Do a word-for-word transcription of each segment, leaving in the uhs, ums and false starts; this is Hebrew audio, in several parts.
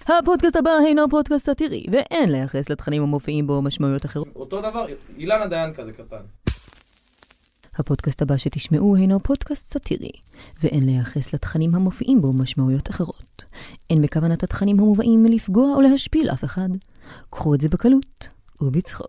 הפודקאסט הבא הינו פודקאסט סאטירי, ואין לייחס לתכנים המופיעים בו משמעויות אחרות. אותו דבר, אילנה דיין כזה קטן. הפודקאסט הבא שתשמעו הינו פודקאסט סאטירי, ואין לייחס לתכנים המופיעים בו משמעויות אחרות. אין בכוונת התכנים המובאים לפגוע או להשפיל אף אחד. קחו את זה בקלות ובצחוק.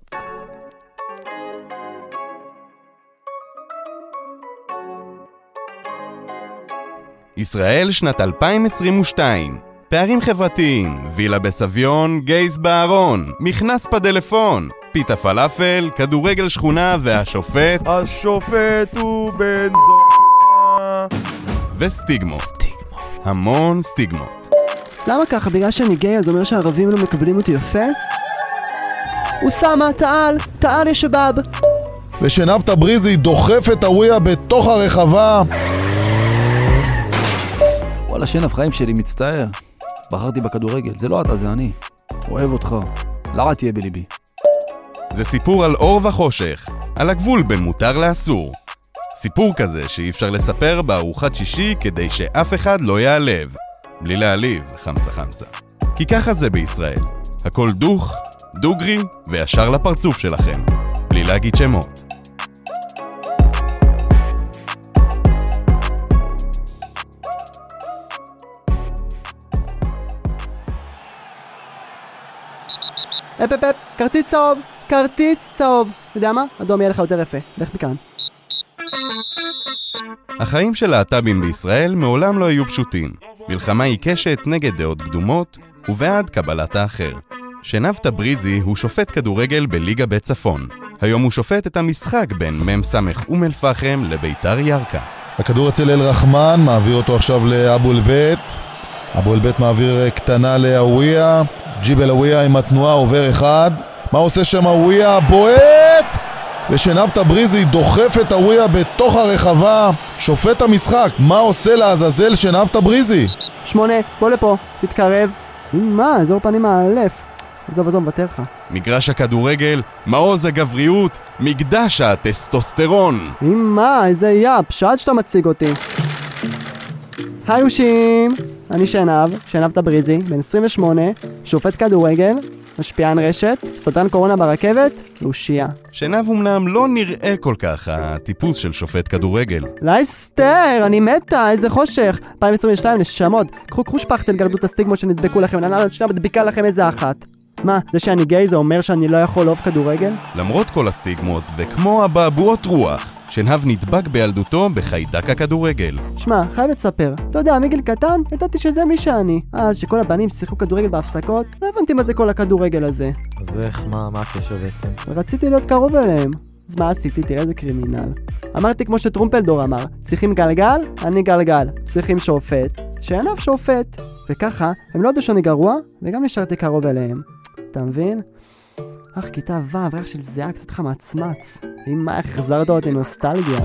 ישראל שנת אלפיים עשרים ושתיים. פערים חברתיים, וילה בסביון, גייז בארון, מכנס פדלפון, פיתה פלאפל, כדורגל שכונה והשופט השופט הוא בן זונה וסטיגמות. סטיגמות. המון סטיגמות. למה ככה? בגלל שאני גיי אז אומר שהערבים לא מקבלים אותי יפה? אוסמה, תעל, תעל יש שבאב. ושנב תבריזי דוחף את הוויה בתוך הרחבה. וואלה, שנב חיים שלי, מצטער. בחרתי בכדורגל, זה לא אתה, זה אני. אוהב אותך. למה תהיה בליבי? זה סיפור על אור וחושך, על הגבול בין מותר לאסור. סיפור כזה שאי אפשר לספר בארוחת שישי כדי שאף אחד לא יעלב. בלי להעליב, חמסה חמסה. כי ככה זה בישראל. הכל דוך, דוגרי וישר לפרצוף שלכם. בלי להגיד שמות. אפ אפ אפ, כרטיס צהוב, כרטיס צהוב. אתה יודע מה? אדום יהיה לך יותר יפה. לך מכאן. החיים של להט"בים בישראל מעולם לא היו פשוטים. מלחמה עיקשת נגד דעות קדומות ובעד קבלת האחר. שנב תבריזי הוא שופט כדורגל בליגה בית צפון. היום הוא שופט את המשחק בין מם סמך אום אל פחם לביתר ירקה. הכדור אצל אל רחמן, מעביר אותו עכשיו לאבו אלבית. אבו אלבית מעביר קטנה להוויה. ג'יבל הוויה עם התנועה עובר אחד. מה עושה שם הוויה? בועט! ושנב תבריזי דוחף את הוויה בתוך הרחבה. שופט המשחק. מה עושה לעזאזל שנב תבריזי? שמונה, בוא לפה, תתקרב. מה, אזור פנים מאלף. עזוב, עזוב, מוותר לך. מגרש הכדורגל, מעוז הגבריות, מקדש הטסטוסטרון. מה, איזה יאפ, שעד שאתה מציג אותי. היי אושים, אני שנב, שנב תבריזי, בן עשרים ושמונה, שופט כדורגל, משפיען רשת, סטרן קורונה ברכבת, ואושייה. שנב אומנם לא נראה כל כך הטיפוס של שופט כדורגל. לייסטר, אני מתה, איזה חושך. אלפיים עשרים ושתיים, נשמות. קחו, קחו שפכתל, גרדו את הסטיגמות שנדבקו לכם, נעלה עוד שנה מדביקה לכם איזה אחת. מה, זה שאני גיי זה אומר שאני לא יכול לאהוב כדורגל? למרות כל הסטיגמות, וכמו הבעבועות רוח, שנב נדבק בילדותו בחיידק הכדורגל. שמע, חייב לספר. אתה יודע, מגיל קטן, ידעתי שזה מי שאני. אז שכל הבנים שיחקו כדורגל בהפסקות, לא הבנתי מה זה כל הכדורגל הזה. אז איך, מה, מה הקשר בעצם? רציתי להיות קרוב אליהם. אז מה עשיתי? תראה איזה קרימינל. אמרתי כמו שטרומפלדור אמר, צריכים גלגל, אני גלגל. צריכים שופט, שענב שופט. וככה, הם לא ידעו שאני גרוע, וגם נשארתי קרוב אליהם. אתה מבין? אך, כיתה ו', ריח של זיעה קצת חמצמץ. אם מה, החזרת אותי נוסטלגיה.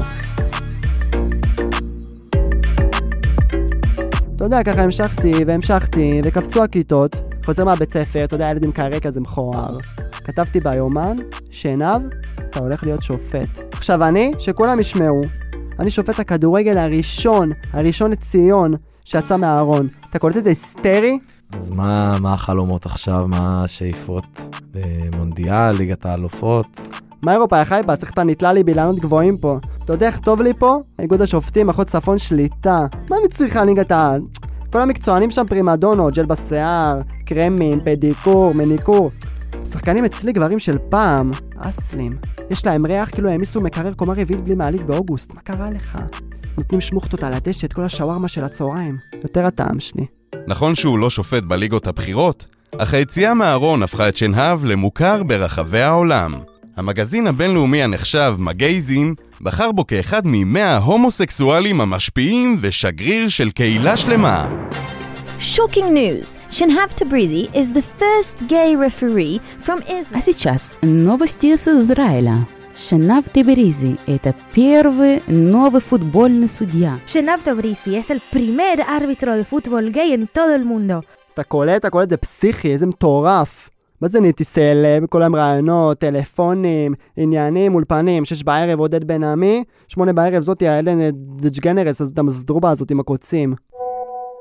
אתה יודע, ככה המשכתי והמשכתי, וקפצו הכיתות. חוזר מהבית ספר, אתה יודע, ילד עם קערה כזה מכוער. כתבתי ביומן, שנב, אתה הולך להיות שופט. עכשיו אני, שכולם ישמעו, אני שופט הכדורגל הראשון, הראשון לציון, שיצא מהארון. אתה קולט את זה היסטרי? אז מה, מה החלומות עכשיו? מה השאיפות? במונדיאל, ליגת האלופות? מה אירופה, חייבה? צריך את הנטלה לי בילנות גבוהים פה. אתה יודע איך טוב לי פה? איגוד השופטים, אחות צפון שליטה. מה אני צריכה ליגת העל? כל המקצוענים שם פרימדונות, ג'ל בשיער, קרמין, פדיקור, מניקור. שחקנים אצלי גברים של פעם, אסלים. יש להם ריח כאילו העמיסו מקרר קומה רביעית בלי מעלית באוגוסט. מה קרה לך? נותנים שמוכתות על הדשא את כל השווארמה של הצהריים. יותר הטעם שלי. נכון שהוא לא שופט בליגות הבחירות, אך היציאה מהארון הפכה את שנהב למוכר ברחבי העולם. המגזין הבינלאומי הנחשב מגייזין בחר בו כאחד ממאה ההומוסקסואלים המשפיעים ושגריר של קהילה שלמה. Shocking news! Shenhab Tabrizi is the first gay referee from Israel. А сейчас новости из Израиля. Shenhab Tabrizi – это первый новый футбольный судья. Shenhab Tabrizi es el primer árbitro de fútbol gay en todo el mundo. אתה קולט, אתה קולט, זה פסיכי, איזה מטורף. מה זה נהייתי סלב, כל הם רעיונות, טלפונים, עניינים, אולפנים, שש בערב עודד בן עמי, שמונה בערב זאתי האלן דג'גנרס, אז אתה מזדרובה הזאת עם הקוצים.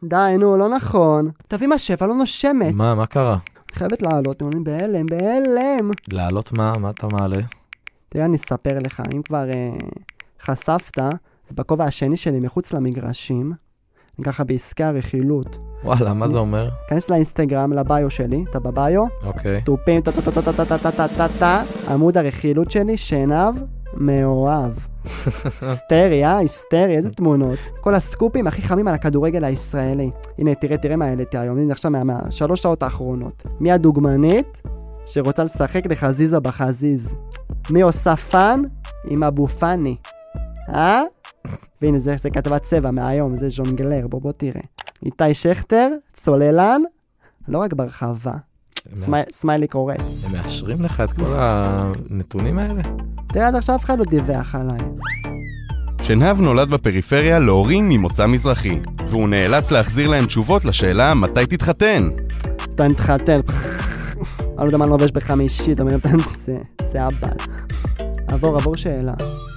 די, נו, לא נכון. תביא מה שפע, לא נושמת. מה, מה קרה? חייבת לעלות, אני בהלם, בהלם. לעלות מה? מה אתה מעלה? תראה, אני אספר לך, אם כבר אה, חשפת, אז בכובע השני שלי מחוץ למגרשים, אני ככה בעסקי הרכילות. וואלה, מה זה אומר? כנס לאינסטגרם, לביו שלי, אתה בביו? אוקיי. טופים, טה-טה-טה-טה-טה-טה-טה-טה, עמוד הרכילות שלי, שנב, מאוהב. היסטרי, אה? היסטרי, איזה תמונות. כל הסקופים הכי חמים על הכדורגל הישראלי. הנה, תראה, תראה מה העליתי היום. הנה, עכשיו מהשלוש שעות האחרונות. מי הדוגמנית שרוצה לשחק לחזיזה בחזיז? מי עושה פן עם אבו פני? אה? והנה, זה, זה כתבת צבע מהיום, זה ז'ונגלר, בוא בוא תראה. איתי שכטר, צוללן, לא רק ברחבה. סמיילי קורץ. הם מאשרים לך את כל הנתונים האלה? תראה, עד עכשיו אף אחד לא דיווח עליי. שנהב נולד בפריפריה להורים ממוצא מזרחי, והוא נאלץ להחזיר להם תשובות לשאלה מתי תתחתן. אתה נתחתן. אני לא יודע מה אני לובש בחמישית, אבל נתן זה אבל. עבור, עבור שאלה.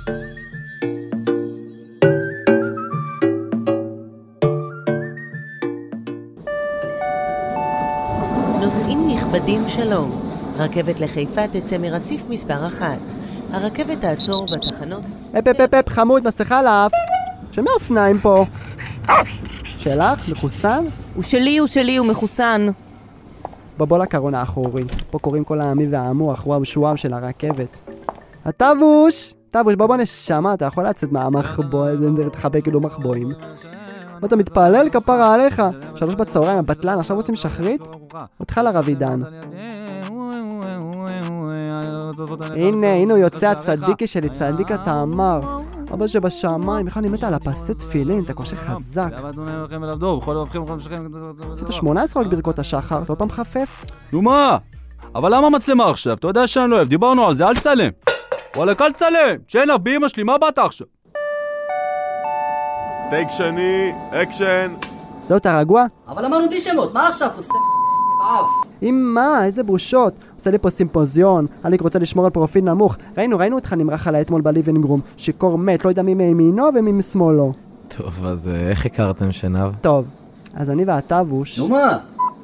נוסעים נכבדים שלום. רכבת לחיפה תצא מרציף מספר אחת. הרכבת תעצור בתחנות. אפ אפ אפ אפ חמוד, מסכה לאף. של מה אופניים פה? שלך? מחוסן? הוא שלי, הוא שלי, הוא מחוסן. בוא בוא לקרון האחורי. פה קוראים כל העמי והעמוח, וואו שואב של הרכבת. הטבוש! טבוש, בוא בוא נשמה, אתה יכול לצאת מהמחבוא, זה תחבא כאילו מחבואים. אתה מתפעלל כפרה עליך. שלוש בצהריים, הבטלן, עכשיו עושים שחרית? אותך לרב עידן. הנה, הנה הוא יוצא הצדיקי שלי, צדיק אתה אמר. אבא שבשמיים, איך אני מת על הפסי תפילין, אתה קושר חזק. עשית שמונה עשרה רק ברכות השחר, אתה עוד פעם חפף? נו מה? אבל למה מצלמה עכשיו? אתה יודע שאני לא אוהב, דיברנו על זה, אל צלם. וואלה, אל צלם. שיינב, באמא שלי, מה באת עכשיו? טייק שני, אקשן. זהו, אתה רגוע? אבל אמרנו בלי שמות, מה עכשיו? עושה אף. עם מה? איזה בושות. עושה לי פה סימפוזיון, אליק רוצה לשמור על פרופיל נמוך. ראינו, ראינו אותך נמרח עליי אתמול בליבינגרום, שיקור מת, לא יודע מי מימינו ומי משמאלו. טוב, אז איך הכרתם שנב? טוב, אז אני והטבוש... נו מה?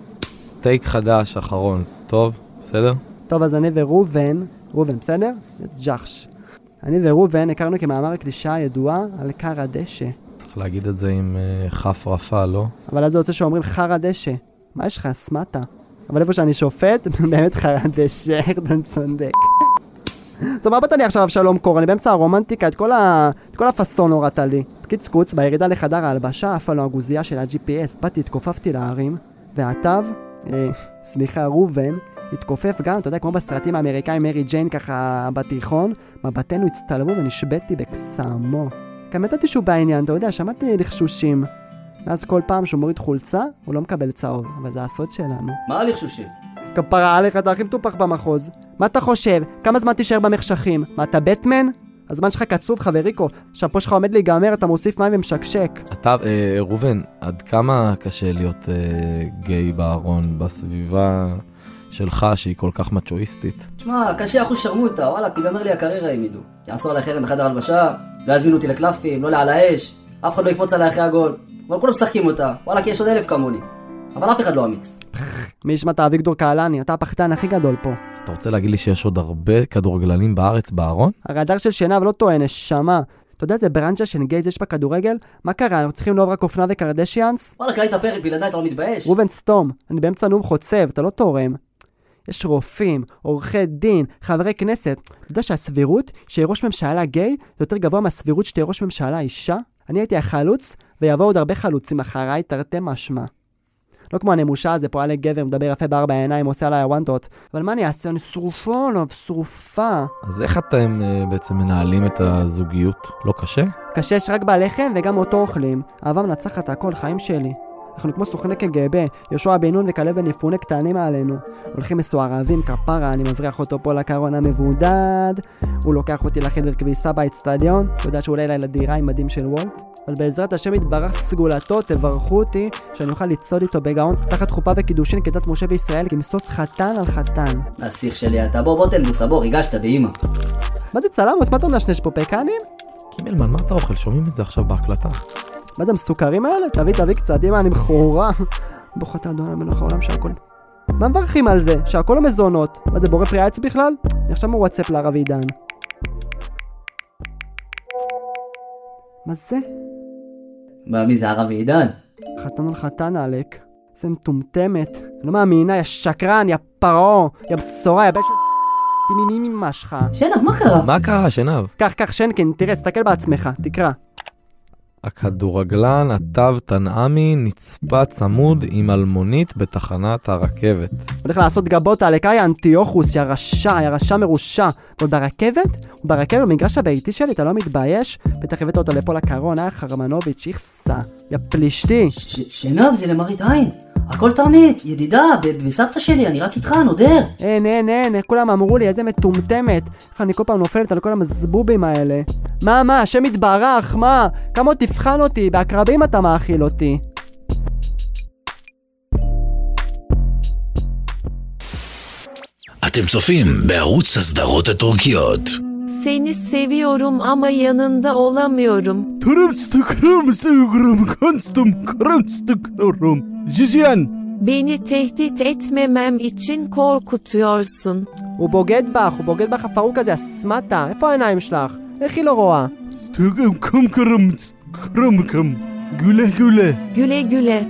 טייק חדש, אחרון. טוב, בסדר? טוב, אז אני ורובן, רובן, בסדר? ג'חש. אני ורובן הכרנו כמאמר הקלישה הידועה על קר הדשא. צריך להגיד את זה עם uh, חף רפה, לא? אבל אז זה רוצה שאומרים חר הדשא. מה יש לך? סמטה. אבל איפה שאני שופט, באמת חר הדשא, איך אתה צודק. טוב, מה באת לי עכשיו שלום קור? אני באמצע הרומנטיקה, את כל, ה... את כל הפסון הורדת לי. פקיד סקוץ, בירידה לחדר ההלבשה, אף עלו הגוזייה של ה-ג'י פי אס. באתי, התכופפתי להרים, והטב, אה, סליחה, רובן, התכופף גם, אתה יודע, כמו בסרטים האמריקאים, מרי ג'יין ככה בתיכון, מבטנו הצטלבו ונשבטתי בקסמו. כמתתי שהוא בעניין, אתה יודע, שמעתי לחשושים. ואז כל פעם שהוא מוריד חולצה, הוא לא מקבל צהוב, אבל זה הסוד שלנו. מה לחשושים? כפרה עליך, אתה הכי מטופח במחוז. מה אתה חושב? כמה זמן תישאר במחשכים? מה, אתה בטמן? הזמן שלך קצוב, חבריקו. שהפה שלך עומד להיגמר, אתה מוסיף מים ומשקשק. אתה, אה, רובן, עד כמה קשה להיות אה, גיי בארון, בסביבה שלך, שהיא כל כך מצ'ואיסטית? תשמע, קשה אחוז שרמוטה, וואלה, תיגמר לי הקריירה אם ידעו. יעשו עליי חרם בחדר הלבשה, לא יזמינו אותי לקלפים, לא לעל האש, אף אחד לא יקפוץ עליי אחרי הגול. אבל כולם משחקים אותה, וואלה, כי יש עוד אלף כמוני. אבל אף אחד לא אמיץ. מי ישמע, אתה אביגדור קהלני, אתה הפחתן הכי גדול פה. אז אתה רוצה להגיד לי שיש עוד הרבה כדורגלנים בארץ בארון? הרדאר של שנב לא טוען, נשמה. אתה יודע, זה ברנצ'ה של גייז יש בכדורגל? מה קרה? אנחנו צריכים לאהוב רק אופנה וקרדשיאנס? וואלה, קראי את הפרק, בלעדיי אתה לא מתבייש. רובן סתום, אני באמצע נאום חוצב, אתה לא תורם. יש רופאים, עורכי דין, חברי כנסת. אתה יודע שהסבירות שיהיה ראש ממשלה גיי זה יותר גבוה מהסבירות שתהיה ראש ממשלה אישה? אני הייתי החלוץ, ויבואו עוד הרבה חלוצים אחריי, תרתי משמע. לא כמו הנמושה הזה, פועל לגבר, מדבר יפה בארבע העיניים, עושה עליי הוונטות. אבל מה אני אעשה? אני שרופה, לא, שרופה. אז איך אתם uh, בעצם מנהלים את הזוגיות? לא קשה? קשה, יש רק בלחם וגם אותו אוכלים. אהבה מנצחת הכל, חיים שלי. אנחנו כמו סוכני קג"ב, יהושע בן נון וכלב בן יפונה קטנים עלינו. הולכים מסוערבים, כפרה, אני מבריח אותו פה לקרון המבודד. הוא לוקח אותי לחדר כביסה באצטדיון. אתה יודע שהוא עולה אליי לדירה עם מדים של וולט. אבל בעזרת השם יתברך סגולתו, תברכו אותי שאני אוכל לצעוד איתו בגאון תחת חופה וקידושין כדת משה וישראל כמסוס חתן על חתן. הסיך שלי אתה, בוא בוא תן בוסבור, הגשת באמא. מה זה צלמוס? מה אתה מנשנש פה פקנים? קימלמן, מה אתה אוכל? שומעים את זה עכשיו בהקלטה. מה זה המסוכרים האלה? תביא, תביא קצת, אמא, אני מכורה. ברוך אתה אדוני המלך העולם שהכל... מה מברכים על זה? שהכל לא מזונות. מה זה, בורא פרי העץ בכלל? אני עכשיו מוואטסאפ לרב עידן. מה זה? מי זה הרב עידן? חתן על חתן, אלק. זה מטומטמת. לא מאמינה, יא שקרן, יא פרעה, יא בצורה, יא בש... מי מי משך. שנב, מה קרה? מה קרה, שנב? קח, קח, שנקין, תראה, תסתכל בעצמך, תקרא. הכדורגלן עטב תנעמי נצפה צמוד עם אלמונית בתחנת הרכבת. הולך לעשות גבות על לקאי אנטיוכוס, יא רשע, יא רשע מרושע. ועוד ברכבת? ברכבת במגרש הביתי שלי, אתה לא מתבייש? בטח הבאת אותו לפה לקרון, אה חרמנוביץ', יחסה, יא פלישתי. שנב, זה למראית עין. הכל תרמית, ידידה, בסבתא שלי, אני רק איתך, נודר. אין, אין, אין, כולם אמרו לי, איזה מטומטמת. איך אני כל פעם נופלת על כל המזבובים האלה. מה, מה, השם יתברך, מה? כמה עוד תבחן אותי, בהקרבים אתה מאכיל אותי. אתם צופים בערוץ הסדרות הטורקיות. Seni seviyorum ama yanında olamıyorum. Tırımstıkırımstıkırım konstüm kırımstıkırım. Jijian. Beni tehdit etmemem için korkutuyorsun. הוא בוגד בך, הוא בוגד בך הפרוק הזה, הסמטה. איפה העיניים שלך? איך היא לא רואה? סתקם קם קרם קרם קם. גולה גולה. Güle güle.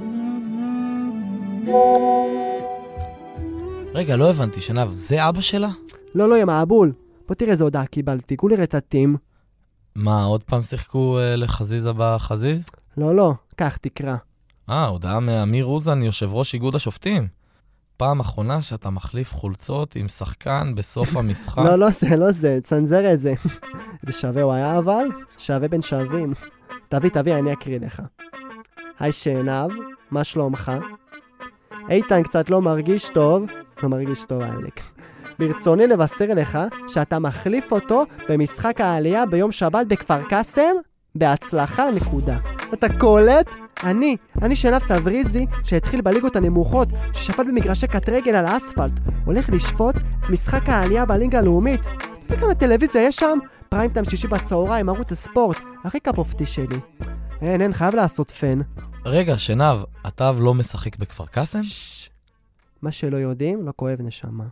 רגע, לא הבנתי, שנב, זה אבא שלה? לא, לא, יא מעבול. בוא תראה איזה הודעה קיבלתי, כולי רטטים. מה, עוד פעם שיחקו אה, לחזיזה בחזיז? לא, לא, כך תקרא. אה, הודעה מאמיר אוזן, יושב ראש איגוד השופטים. פעם אחרונה שאתה מחליף חולצות עם שחקן בסוף המשחק. לא, לא זה, לא זה, צנזר איזה. זה שווה הוא היה אבל? שווה בין שווים. תביא, תביא, אני אקריא לך. היי שנב, מה שלומך? איתן קצת לא מרגיש טוב. לא מרגיש טוב, אלק. ברצוני לבשר לך שאתה מחליף אותו במשחק העלייה ביום שבת בכפר קאסם בהצלחה נקודה. אתה קולט? אני, אני שנב תבריזי שהתחיל בליגות הנמוכות, ששפט במגרשי קטרגל על האספלט, הולך לשפוט את משחק העלייה בליגה הלאומית. וכמה טלוויזיה יש שם? פריים טיים שישי בצהריים, ערוץ הספורט, הכי קפופתי שלי. אין, אין, חייב לעשות פן. רגע, שנב, אתה לא משחק בכפר קאסם? ששש. מה שלא יודעים, לא כואב נשמה.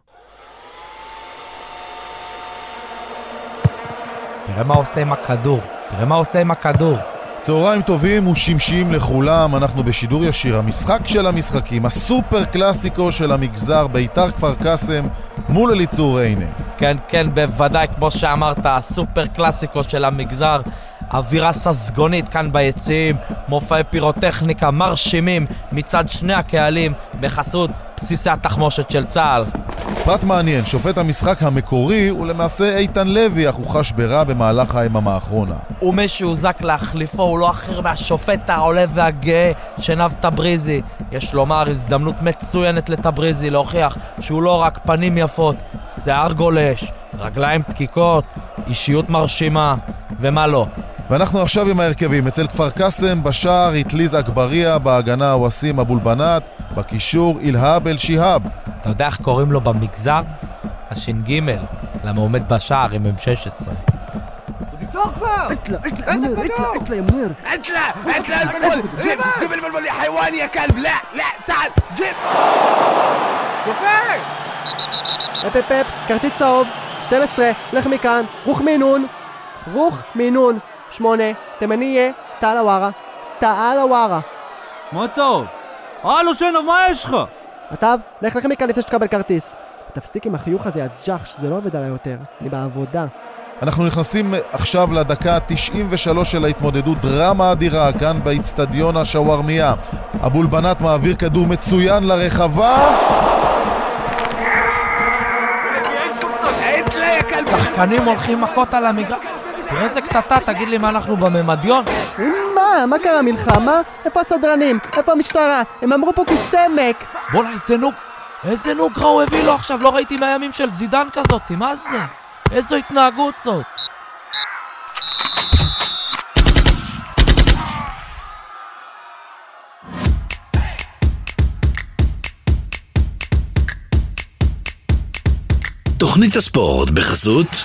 תראה מה עושה עם הכדור, תראה מה עושה עם הכדור. צהריים טובים ושמשיים לכולם, אנחנו בשידור ישיר, המשחק של המשחקים, הסופר קלאסיקו של המגזר, ביתר כפר קאסם מול אליצור ריינה. כן, כן, בוודאי, כמו שאמרת, הסופר קלאסיקו של המגזר, אווירה ססגונית כאן ביציעים, מופעי פירוטכניקה מרשימים מצד שני הקהלים בחסות בסיסי התחמושת של צה"ל. פרט מעניין, שופט המשחק המקורי הוא למעשה איתן לוי, אך הוא חש ברע במהלך היממה האחרונה. ומי שהוזק להחליפו הוא לא אחר מהשופט העולה והגאה שנב תבריזי. יש לומר הזדמנות מצוינת לתבריזי להוכיח שהוא לא רק פנים יפות, שיער גולש, רגליים דקיקות, אישיות מרשימה ומה לא. ואנחנו עכשיו עם ההרכבים, אצל כפר קאסם בשער איטליז אגבריה, בהגנה ווסים אבו אלבנת, בקישור אילהאב אל שיהאב. אתה יודע איך קוראים לו במגזר? השין גימל, למה עומד בשער עם אם שש עשרה. הוא תמסור כבר! אטלה, אטלה, מניר, אטלה, אטלה, יא מניר. אטלה, אטלה البلبل جيب جيب البلبل يا حيوان يا كلب لا لا تعال جيب שופט! אפ אפ אפ, כרטיס צהוב, שתים עשרה, לך מכאן, רוח מינון, רוח מינון, שמונה, תימניה, תעל הווארה, תעל הווארה. מה צהוב? הלו שנב, מה יש לך? אתה, לך לך מכאן לפני שתקבל כרטיס. תפסיק עם החיוך הזה, הג'ח, שזה לא עובד עליי יותר, אני בעבודה. אנחנו נכנסים עכשיו לדקה ה-תשעים ושלוש של ההתמודדות, דרמה אדירה כאן באצטדיון השווארמיה. אבו אלבנת מעביר כדור מצוין לרחבה. שחקנים הולכים מכות על המגרש. תראה איזה קטטה, תגיד לי מה אנחנו בממדיון. מה? מה קרה מלחמה? איפה הסדרנים? איפה המשטרה? הם אמרו פה כסמק. בוא'לה, איזה נוג, איזה נוגרה הוא הביא לו עכשיו, לא ראיתי מהימים של זידן כזאת, מה זה? איזו התנהגות זאת? תוכנית הספורט בחסות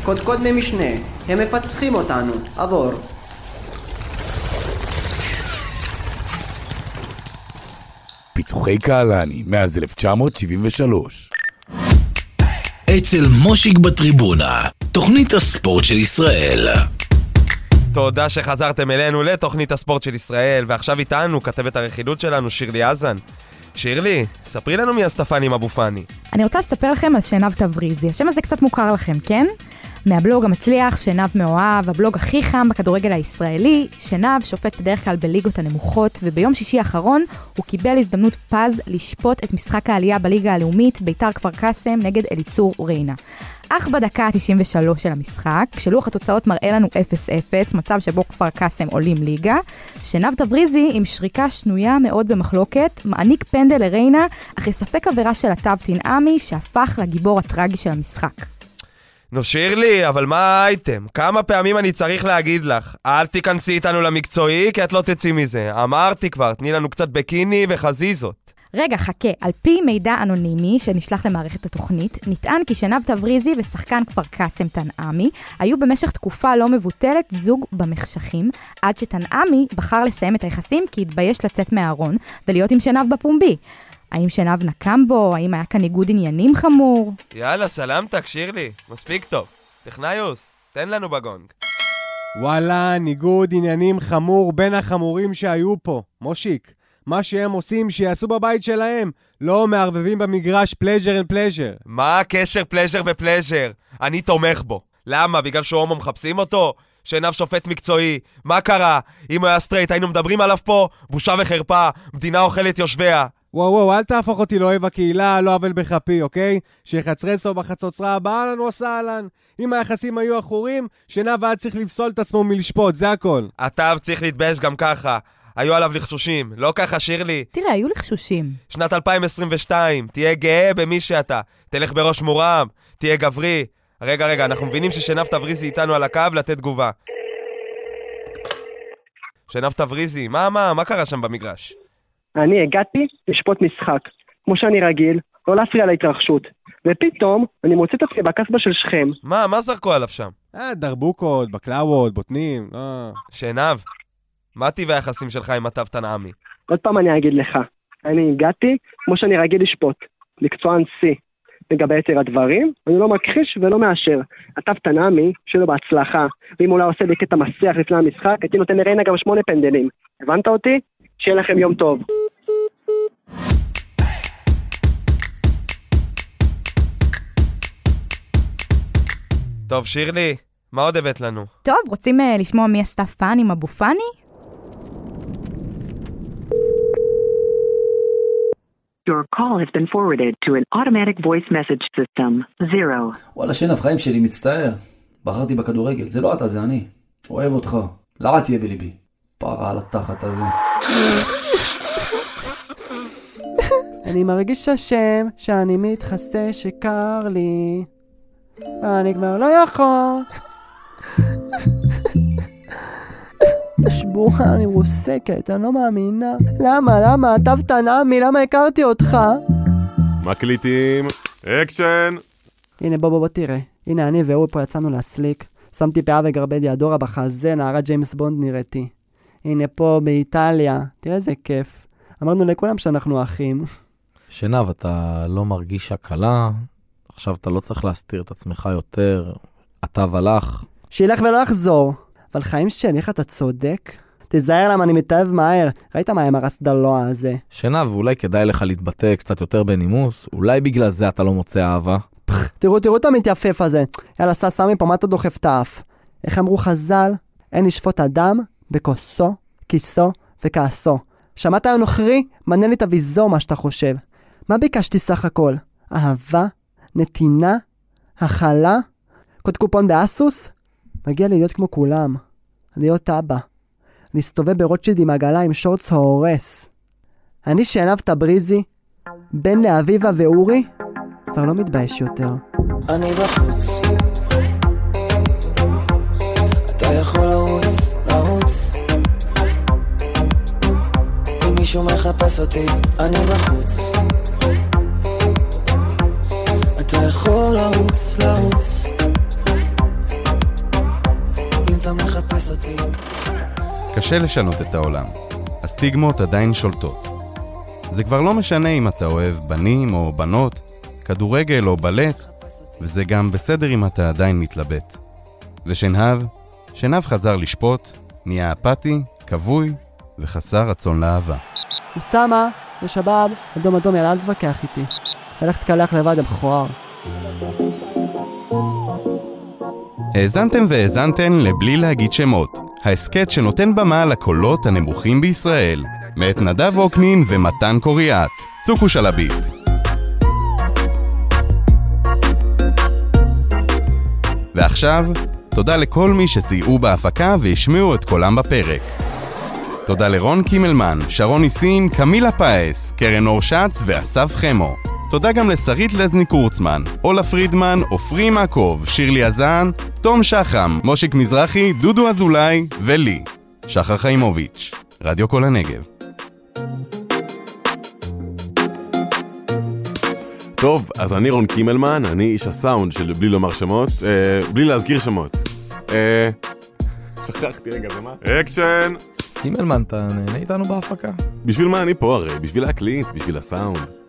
קודקוד ממשנה. הם מפצחים אותנו. עבור. פיצוחי קהלני, מאז אלף תשע מאות שבעים ושלוש. אצל מושיק בטריבונה, תוכנית הספורט של ישראל. תודה שחזרתם אלינו לתוכנית הספורט של ישראל, ועכשיו איתנו כתבת הרכילות שלנו, שירלי אזן. שירלי, ספרי לנו מי הסטפנים אבו פאני. אני רוצה לספר לכם על שנב תבריזי. השם הזה קצת מוכר לכם, כן? מהבלוג המצליח, שנב מאוהב, הבלוג הכי חם בכדורגל הישראלי. שנב שופט בדרך כלל בליגות הנמוכות, וביום שישי האחרון הוא קיבל הזדמנות פז לשפוט את משחק העלייה בליגה הלאומית ביתר כפר קאסם נגד אליצור ריינה. אך בדקה ה-תשעים ושלוש של המשחק, כשלוח התוצאות מראה לנו אפס אפס, מצב שבו כפר קאסם עולים ליגה, שנב תבריזי עם שריקה שנויה מאוד במחלוקת, מעניק פנדל לריינה, אחרי ספק עבירה של התו תנעמי שהפך לגיבור הטרגי של המשחק. נו שירלי, אבל מה האייטם? כמה פעמים אני צריך להגיד לך? אל תיכנסי איתנו למקצועי, כי את לא תצאי מזה. אמרתי כבר, תני לנו קצת בקיני וחזיזות. רגע, חכה. על פי מידע אנונימי שנשלח למערכת התוכנית, נטען כי שנב תבריזי ושחקן כפר קאסם תנעמי היו במשך תקופה לא מבוטלת זוג במחשכים, עד שתנעמי בחר לסיים את היחסים כי התבייש לצאת מהארון ולהיות עם שנב בפומבי. האם שנב נקם בו? האם היה כאן ניגוד עניינים חמור? יאללה, סלמתק, שירלי. מספיק טוב. טכניוס, תן לנו בגונג. וואלה, ניגוד עניינים חמור בין החמורים שהיו פה. מושיק, מה שהם עושים שיעשו בבית שלהם, לא מערבבים במגרש פלז'ר אנד פלז'ר. מה הקשר פלז'ר ופלז'ר? אני תומך בו. למה? בגלל שהוא הומו מחפשים אותו? שנב שופט מקצועי. מה קרה? אם הוא היה סטרייט, היינו מדברים עליו פה? בושה וחרפה. מדינה אוכלת יושביה. וואו וואו, אל תהפוך אותי לאוהב הקהילה, לא אבל בחפי, אוקיי? שיחצרסו בחצוצרה הבאה לנו עושה עלן. אם היחסים היו אחורים, שנב היה צריך לפסול את עצמו מלשפוט, זה הכל. אתה צריך להתבייש גם ככה. היו עליו לחשושים, לא ככה שירלי. תראה, היו לחשושים. שנת אלפיים עשרים ושתיים, תהיה גאה במי שאתה. תלך בראש מורם, תהיה גברי. רגע, רגע, אנחנו מבינים ששנב תבריזי איתנו על הקו לתת תגובה. שנב תבריזי, מה, מה, מה קרה שם במגרש? אני הגעתי לשפוט משחק, כמו שאני רגיל, לא להפריע להתרחשות. ופתאום אני מוצא את עצמי בקסבה של שכם. מה, מה זרקו עליו שם? אה, דרבוקות, בקלאוות, בוטנים, אה. שנב, מה טיב היחסים שלך עם התו תנעמי? עוד פעם אני אגיד לך, אני הגעתי כמו שאני רגיל לשפוט, מקצוען C. לגבי יתר הדברים, אני לא מכחיש ולא מאשר. התו תנעמי, שלו בהצלחה, ואם הוא לא עושה לי קטע מסריח לפני המשחק, הייתי נותן לריינה גם שמונה פנדלים. הבנת אותי? שיהיה לכם יום טוב. טוב, שירלי, מה עוד הבאת לנו? טוב, רוצים uh, לשמוע מי עשתה פאן עם אבו פאני? Your call has been forwarded to an automatic voice message system. Zero. וואלה, שנב, חיים שלי, מצטער. בחרתי בכדורגל. זה לא אתה, זה אני. אוהב אותך. למה תהיה בליבי? פרה על התחת הזה. אני מרגיש השם שאני מתחסה שקר לי. אני כבר לא יכול. שבועה, אני מרוסקת, אני לא מאמינה. למה, למה? התו תנעמי, למה הכרתי אותך? מקליטים, אקשן. הנה, בוא בוא בוא תראה. הנה, אני והוא פה יצאנו להסליק. שמתי פאה וגרבדי הדורה בחזה, נערה ג'יימס בונד נראיתי. הנה פה באיטליה, תראה איזה כיף. אמרנו לכולם שאנחנו אחים. שנב, אתה לא מרגיש הקלה, עכשיו אתה לא צריך להסתיר את עצמך יותר, אתה ולך. שילך ולא יחזור. אבל חיים שלי, איך אתה צודק? תזהר למה אני מתאהב מהר. ראית מה עם הרסדלוע הזה? שנב, אולי כדאי לך להתבטא קצת יותר בנימוס, אולי בגלל זה אתה לא מוצא אהבה. תראו, תראו את המתייפף הזה. יאללה, סע סמי פה, מה אתה דוחף את האף? איך אמרו חז"ל? אין לשפוט אדם בכוסו, כיסו וכעסו. שמעת היום נוכרי? מנה לי את הוויזור מה שאתה חושב. מה ביקשתי סך הכל? אהבה? נתינה? הכלה? קוד קופון באסוס? מגיע לי להיות כמו כולם. להיות אבא. להסתובב ברוטשילד עם עגלה עם שורץ ההורס. אני שנב תבריזי, בן לאביבה ואורי, כבר לא מתבייש יותר. אני בחוץ, אתה יכול לרוץ, לרוץ. אם מישהו מחפש אותי, אני בחוץ, אתה יכול לרוץ, לרוץ. קשה לשנות את העולם. הסטיגמות עדיין שולטות. זה כבר לא משנה אם אתה אוהב בנים או בנות, כדורגל או בלט, וזה גם בסדר אם אתה עדיין מתלבט. ושנהב, שנהב חזר לשפוט, נהיה אפתי, כבוי וחסר רצון לאהבה. אוסמה, ושבאב, אדום אדום, יאללה, אל תתווכח איתי. הלך תקלח לבד, המכוער. האזנתם והאזנתן לבלי להגיד שמות, ההסקט שנותן במה לקולות הנמוכים בישראל, מאת נדב אוקנין ומתן קוריאת. צוקו שלבית. ועכשיו, תודה לכל מי שסייעו בהפקה והשמיעו את קולם בפרק. תודה לרון קימלמן, שרון ניסים, קמילה פאס, קרן אור שץ ואסף חמו. תודה גם לשרית לזני קורצמן, אולה פרידמן, אופרי מקוב, שירלי הזן, תום שחם, מושיק מזרחי, דודו אזולאי ולי, שחר חיימוביץ', רדיו כל הנגב. טוב, אז אני רון קימלמן, אני איש הסאונד של בלי לומר שמות, אה, בלי להזכיר שמות. אה, שכחתי רגע, זה מה? אקשן! קימלמן, אתה נהנה איתנו בהפקה? בשביל מה אני פה הרי? בשביל להקליט, בשביל הסאונד.